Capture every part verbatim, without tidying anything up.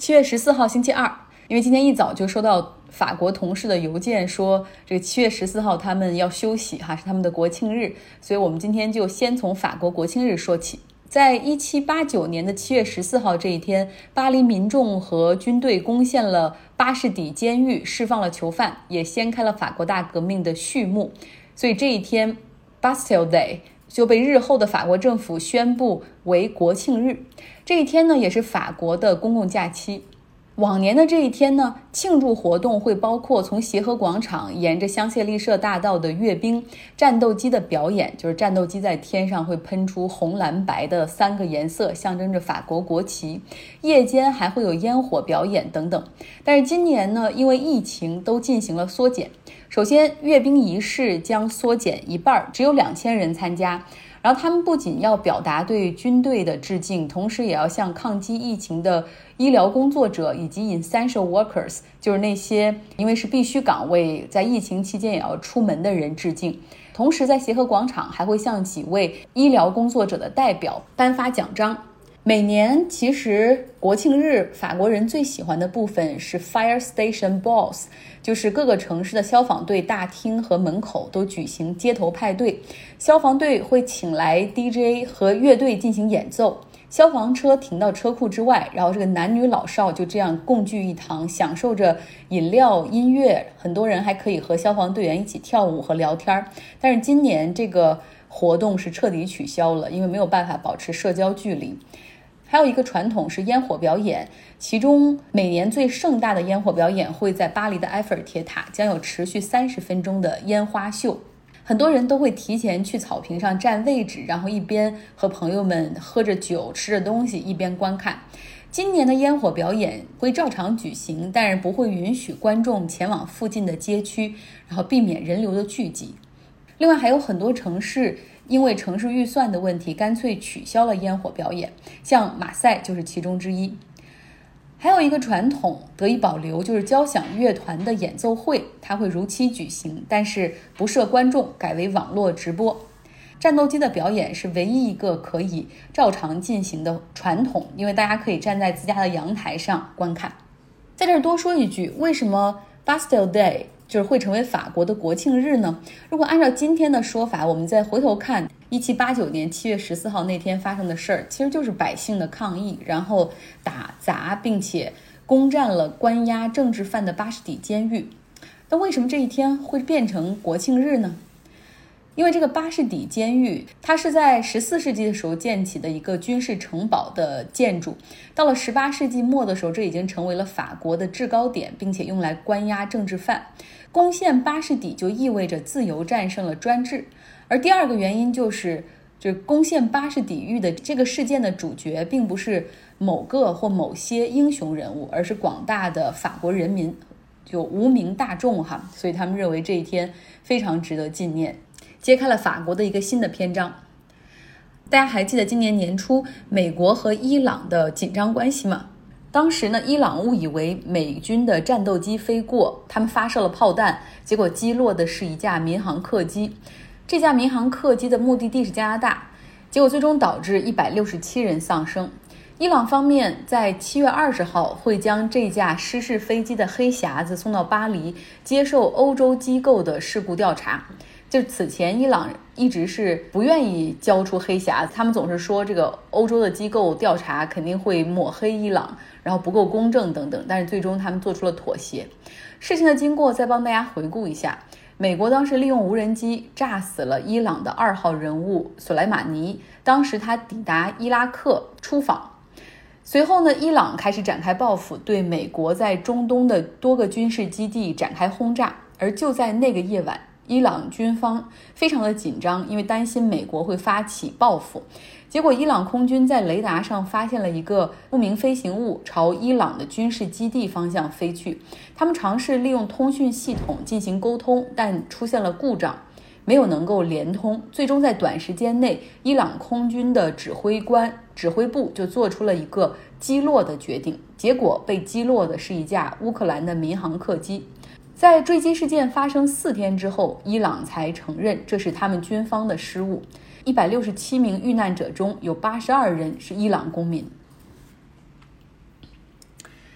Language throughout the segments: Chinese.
七月十四号星期二，因为今天一早就收到法国同事的邮件说这个七月十四号他们要休息哈，是他们的国庆日，所以我们今天就先从法国国庆日说起。在一七八九年的七月十四号这一天，巴黎民众和军队攻陷了巴士底监狱，释放了囚犯，也掀开了法国大革命的序幕。所以这一天 Bastille Day 就被日后的法国政府宣布为国庆日。这一天呢，也是法国的公共假期。往年的这一天呢，庆祝活动会包括从协和广场沿着香榭丽舍大道的阅兵、战斗机的表演，就是战斗机在天上会喷出红蓝白的三个颜色，象征着法国国旗。夜间还会有烟火表演等等。但是今年呢，因为疫情都进行了缩减。首先，阅兵仪式将缩减一半，只有两千人参加。然后他们不仅要表达对军队的致敬，同时也要向抗击疫情的医疗工作者以及 essential workers， 就是那些因为是必须岗位，在疫情期间也要出门的人致敬。同时在协和广场还会向几位医疗工作者的代表颁发奖章。每年其实国庆日法国人最喜欢的部分是 fire station balls， 就是各个城市的消防队大厅和门口都举行街头派对，消防队会请来 D J 和乐队进行演奏，消防车停到车库之外，然后这个男女老少就这样共聚一堂，享受着饮料音乐，很多人还可以和消防队员一起跳舞和聊天。但是今年这个活动是彻底取消了，因为没有办法保持社交距离。还有一个传统是烟火表演，其中每年最盛大的烟火表演会在巴黎的埃菲尔铁塔，将有持续三十分钟的烟花秀。很多人都会提前去草坪上占位置，然后一边和朋友们喝着酒吃着东西，一边观看。今年的烟火表演会照常举行，但是不会允许观众前往附近的街区，然后避免人流的聚集。另外还有很多城市因为城市预算的问题，干脆取消了烟火表演，像马赛就是其中之一。还有一个传统得以保留，就是交响乐团的演奏会，它会如期举行，但是不设观众，改为网络直播。战斗机的表演是唯一一个可以照常进行的传统，因为大家可以站在自家的阳台上观看。在这儿多说一句，为什么 Bastille Day就是会成为法国的国庆日呢？如果按照今天的说法，我们再回头看一七八九年七月十四号那天发生的事儿，其实就是百姓的抗议，然后打砸并且攻占了关押政治犯的巴士底监狱。那为什么这一天会变成国庆日呢？因为这个巴士底监狱，它是在十四世纪的时候建起的一个军事城堡的建筑，到了十八世纪末的时候，这已经成为了法国的制高点，并且用来关押政治犯。攻陷巴士底就意味着自由战胜了专制。而第二个原因就是，这攻陷巴士底狱的这个事件的主角并不是某个或某些英雄人物，而是广大的法国人民，就无名大众哈，所以他们认为这一天非常值得纪念，揭开了法国的一个新的篇章。大家还记得今年年初美国和伊朗的紧张关系吗？当时呢，伊朗误以为美军的战斗机飞过，他们发射了炮弹，结果击落的是一架民航客机。这架民航客机的目的地是加拿大，结果最终导致一百六十七人丧生。伊朗方面在七月二十号会将这架失事飞机的黑匣子送到巴黎，接受欧洲机构的事故调查。就此前伊朗一直是不愿意交出黑匣子，他们总是说这个欧洲的机构调查肯定会抹黑伊朗，然后不够公正等等，但是最终他们做出了妥协。事情的经过再帮大家回顾一下，美国当时利用无人机炸死了伊朗的二号人物索莱马尼，当时他抵达伊拉克出访。随后呢，伊朗开始展开报复，对美国在中东的多个军事基地展开轰炸。而就在那个夜晚，伊朗军方非常的紧张，因为担心美国会发起报复。结果伊朗空军在雷达上发现了一个不明飞行物朝伊朗的军事基地方向飞去，他们尝试利用通讯系统进行沟通，但出现了故障，没有能够连通。最终在短时间内，伊朗空军的指挥官指挥部就做出了一个击落的决定，结果被击落的是一架乌克兰的民航客机。在坠机事件发生四天之后，伊朗才承认这是他们军方的失误。一百六十七名遇难者中有八十二人是伊朗公民。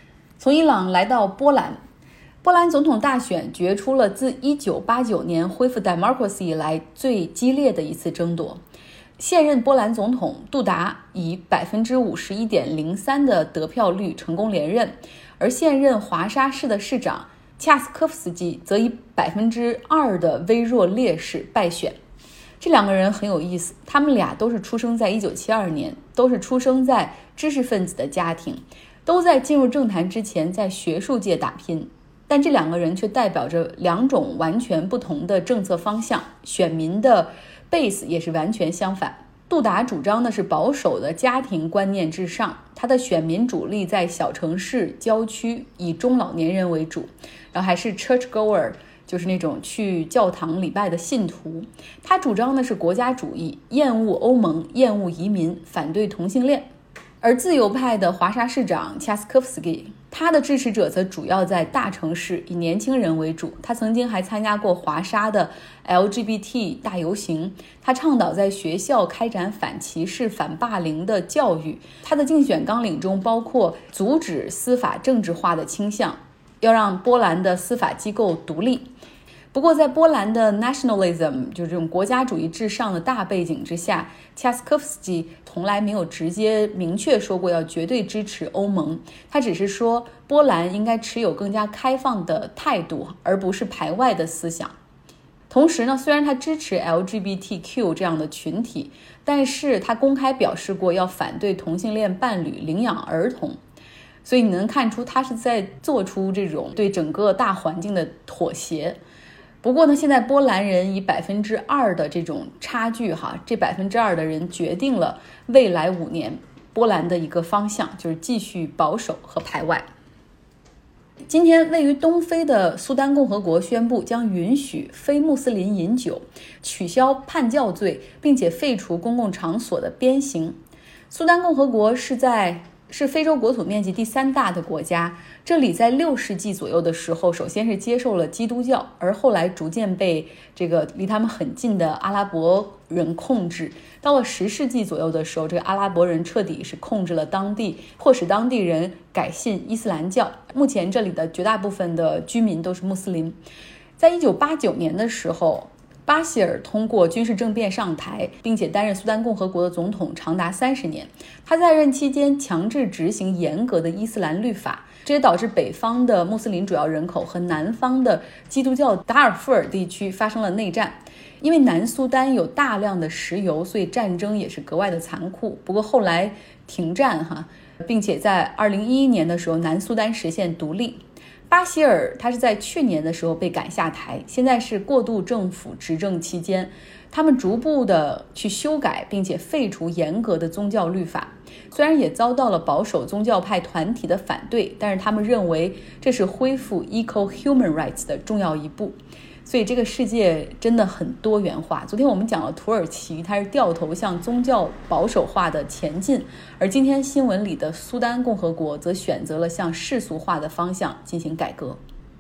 从伊朗来到波兰，波兰总统大选决出了自一九八九年恢复 democracy 以来最激烈的一次争夺。现任波兰总统杜达以 百分之五十一点零三 的得票率成功连任，而现任华沙市的市长恰斯科夫斯基则以 百分之二 的微弱劣势败选。这两个人很有意思，他们俩都是出生在一九七二年，都是出生在知识分子的家庭，都在进入政坛之前在学术界打拼，但这两个人却代表着两种完全不同的政策方向，选民的 base 也是完全相反。杜达主张的是保守的家庭观念至上，他的选民主力在小城市郊区，以中老年人为主，然后还是 church goer， 就是那种去教堂礼拜的信徒。他主张的是国家主义，厌恶欧盟，厌恶移民，反对同性恋。而自由派的华沙市长恰斯科夫斯基，他的支持者则主要在大城市，以年轻人为主。他曾经还参加过华沙的 L G B T 大游行，他倡导在学校开展反歧视、反霸凌的教育。他的竞选纲领中包括阻止司法政治化的倾向，要让波兰的司法机构独立。不过在波兰的 nationalism 就是这种国家主义至上的大背景之下，恰斯科夫斯基从来没有直接明确说过要绝对支持欧盟，他只是说波兰应该持有更加开放的态度，而不是排外的思想。同时呢，虽然他支持 L G B T Q 这样的群体，但是他公开表示过要反对同性恋伴侣领养儿童。所以你能看出他是在做出这种对整个大环境的妥协。不过呢，现在波兰人以百分之二的这种差距哈，这百分之二的人决定了未来五年波兰的一个方向，就是继续保守和排外。今天，位于东非的苏丹共和国宣布将允许非穆斯林饮酒，取消叛教罪，并且废除公共场所的鞭刑。苏丹共和国是在是非洲国土面积第三大的国家，这里在六世纪左右的时候，首先是接受了基督教，而后来逐渐被这个离他们很近的阿拉伯人控制。到了十世纪左右的时候，这个阿拉伯人彻底是控制了当地，迫使当地人改信伊斯兰教。目前这里的绝大部分的居民都是穆斯林。在一九八九年的时候，巴希尔通过军事政变上台，并且担任苏丹共和国的总统长达三十年。他在任期间强制执行严格的伊斯兰律法，这也导致北方的穆斯林主要人口和南方的基督教达尔富尔地区发生了内战。因为南苏丹有大量的石油，所以战争也是格外的残酷。不过后来停战哈，并且在二零一一年的时候，南苏丹实现独立。巴希尔他是在去年的时候被赶下台，现在是过渡政府执政期间，他们逐步的去修改并且废除严格的宗教律法，虽然也遭到了保守宗教派团体的反对，但是他们认为这是恢复 equal human rights 的重要一步。所以这个世界真的很多元化。昨天我们讲了土耳其，它是掉头向宗教保守化的前进，而今天新闻里的苏丹共和国则选择了向世俗化的方向进行改革。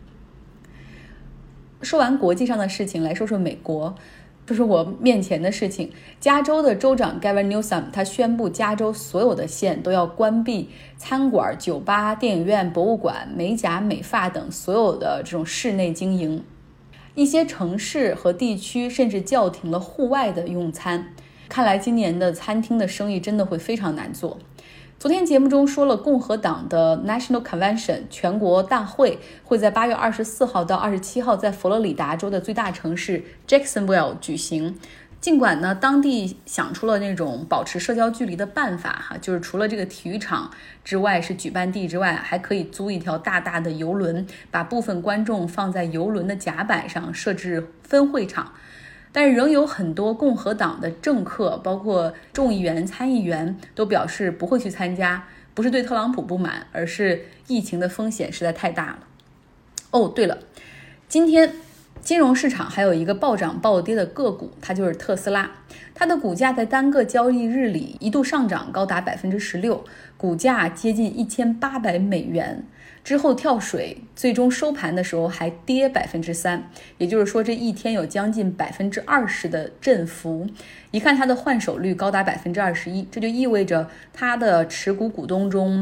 说完国际上的事情，来说说美国。这是我面前的事情，加州的州长 Gavin Newsom 他宣布加州所有的县都要关闭餐馆、酒吧、电影院、博物馆、美甲、美发等所有的这种室内经营。一些城市和地区甚至叫停了户外的用餐，看来今年的餐厅的生意真的会非常难做。昨天节目中说了，共和党的 National Convention 全国大会会在八月二十四号到二十七号在佛罗里达州的最大城市 Jacksonville 举行。尽管呢，当地想出了那种保持社交距离的办法哈，就是除了这个体育场之外是举办地之外，还可以租一条大大的游轮，把部分观众放在游轮的甲板上，设置分会场。但是仍有很多共和党的政客，包括众议员、参议员，都表示不会去参加，不是对特朗普不满，而是疫情的风险实在太大了。哦，对了，今天金融市场还有一个暴涨暴跌的个股，它就是特斯拉。它的股价在单个交易日里一度上涨高达 百分之十六， 股价接近一千八百美元，之后跳水，最终收盘的时候还跌 百分之三， 也就是说这一天有将近 百分之二十 的振幅。一看它的换手率高达 百分之二十一， 这就意味着它的持股股东中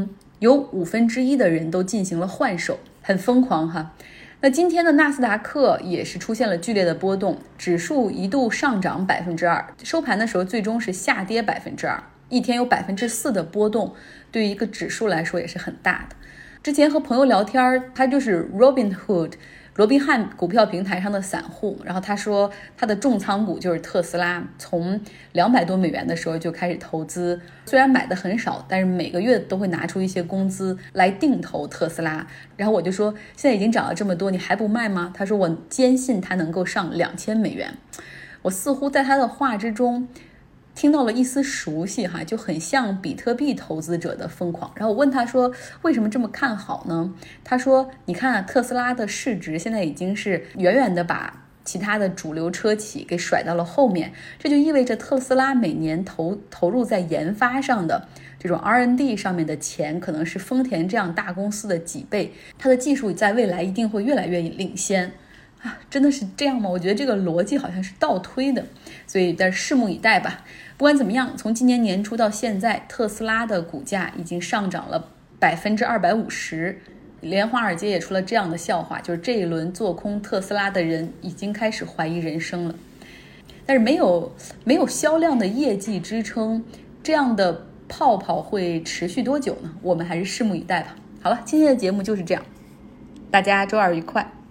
有五分之一的人都进行了换手，很疯狂哈。那今天的纳斯达克也是出现了剧烈的波动，指数一度上涨百分之二，收盘的时候最终是下跌百分之二，一天有百分之四的波动，对于一个指数来说也是很大的。之前和朋友聊天，他就是 Robinhood 罗宾汉股票平台上的散户，然后他说他的重仓股就是特斯拉，从两百多美元的时候就开始投资，虽然买的很少，但是每个月都会拿出一些工资来定投特斯拉。然后我就说现在已经涨了这么多，你还不卖吗？他说我坚信它能够上两千美元。我似乎在他的话之中听到了一丝熟悉哈，就很像比特币投资者的疯狂。然后我问他说为什么这么看好呢？他说你看啊，特斯拉的市值现在已经是远远的把其他的主流车企给甩到了后面，这就意味着特斯拉每年投投入在研发上的这种 R and D 上面的钱可能是丰田这样大公司的几倍，它的技术在未来一定会越来越领先啊，真的是这样吗？我觉得这个逻辑好像是倒推的，所以但拭目以待吧。不管怎么样，从今年年初到现在，特斯拉的股价已经上涨了百分之二百五十。连华尔街也出了这样的笑话，就是这一轮做空特斯拉的人已经开始怀疑人生了。但是没有没有销量的业绩支撑，这样的泡泡会持续多久呢？我们还是拭目以待吧。好了，今天的节目就是这样，大家周二愉快。